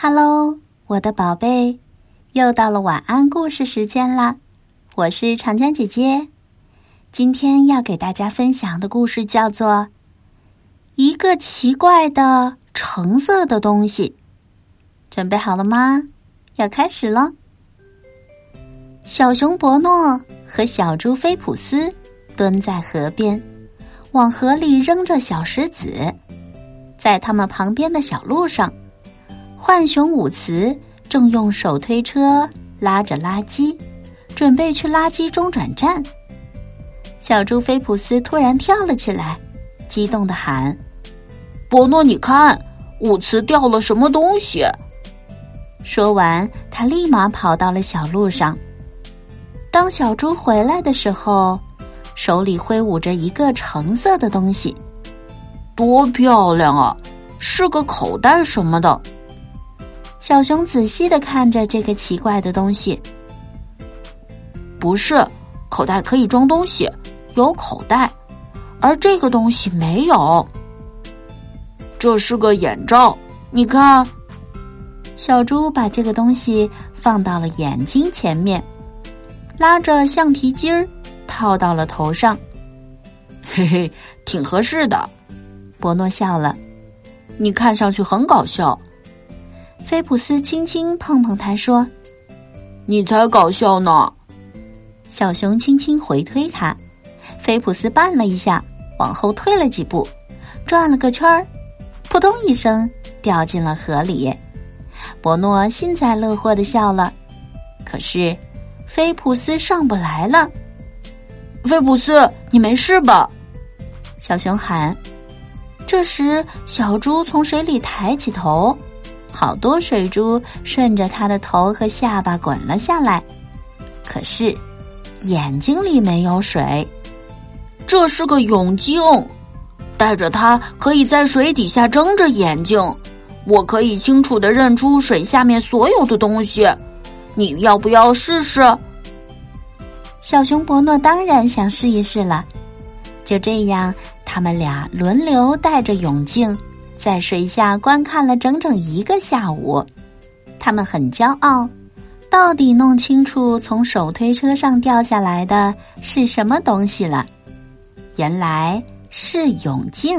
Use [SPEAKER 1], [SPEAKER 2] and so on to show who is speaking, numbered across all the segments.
[SPEAKER 1] Hello， 我的宝贝，又到了晚安故事时间啦！我是长江姐姐，今天要给大家分享的故事叫做《一个奇怪的橙色的东西》。准备好了吗？要开始咯！小熊伯诺和小猪菲普斯蹲在河边，往河里扔着小石子。在他们旁边的小路上，浣熊伍茨正用手推车拉着垃圾，准备去垃圾中转站。小猪菲普斯突然跳了起来，激动地喊：
[SPEAKER 2] 伯诺，你看，伍茨掉了什么东西。
[SPEAKER 1] 说完，他立马跑到了小路上。当小猪回来的时候，手里挥舞着一个橙色的东西。
[SPEAKER 2] 多漂亮啊，是个口袋什么的。
[SPEAKER 1] 小熊仔细地看着这个奇怪的东西。
[SPEAKER 2] 不是，口袋可以装东西，有口袋，而这个东西没有。这是个眼罩，你看。
[SPEAKER 1] 小猪把这个东西放到了眼睛前面，拉着橡皮筋儿套到了头上。
[SPEAKER 2] 嘿嘿，挺合适的。
[SPEAKER 1] 伯诺笑了。
[SPEAKER 2] 你看上去很搞笑。
[SPEAKER 1] 菲普斯轻轻碰碰他说：
[SPEAKER 2] 你才搞笑呢。
[SPEAKER 1] 小熊轻轻回推他，菲普斯绊了一下，往后退了几步，转了个圈儿，扑通一声掉进了河里。伯诺幸灾乐祸地笑了。可是菲普斯上不来了。
[SPEAKER 2] 菲普斯，你没事吧？
[SPEAKER 1] 小熊喊。这时小猪从水里抬起头，好多水珠顺着他的头和下巴滚了下来，可是眼睛里没有水。
[SPEAKER 2] 这是个泳镜，戴着它可以在水底下睁着眼睛，我可以清楚地认出水下面所有的东西。你要不要试试？
[SPEAKER 1] 小熊伯诺当然想试一试了。就这样，他们俩轮流戴着泳镜，在水下观看了整整1个下午。他们很骄傲，到底弄清楚从手推车上掉下来的是什么东西了。原来是泳镜。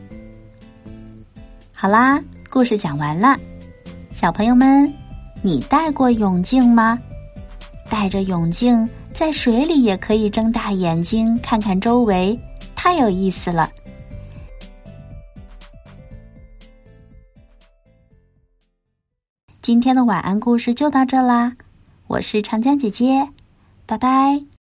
[SPEAKER 1] 好啦，故事讲完了。小朋友们，你戴过泳镜吗？戴着泳镜在水里也可以睁大眼睛看看周围，太有意思了。今天的晚安故事就到这啦，我是长江姐姐，拜拜。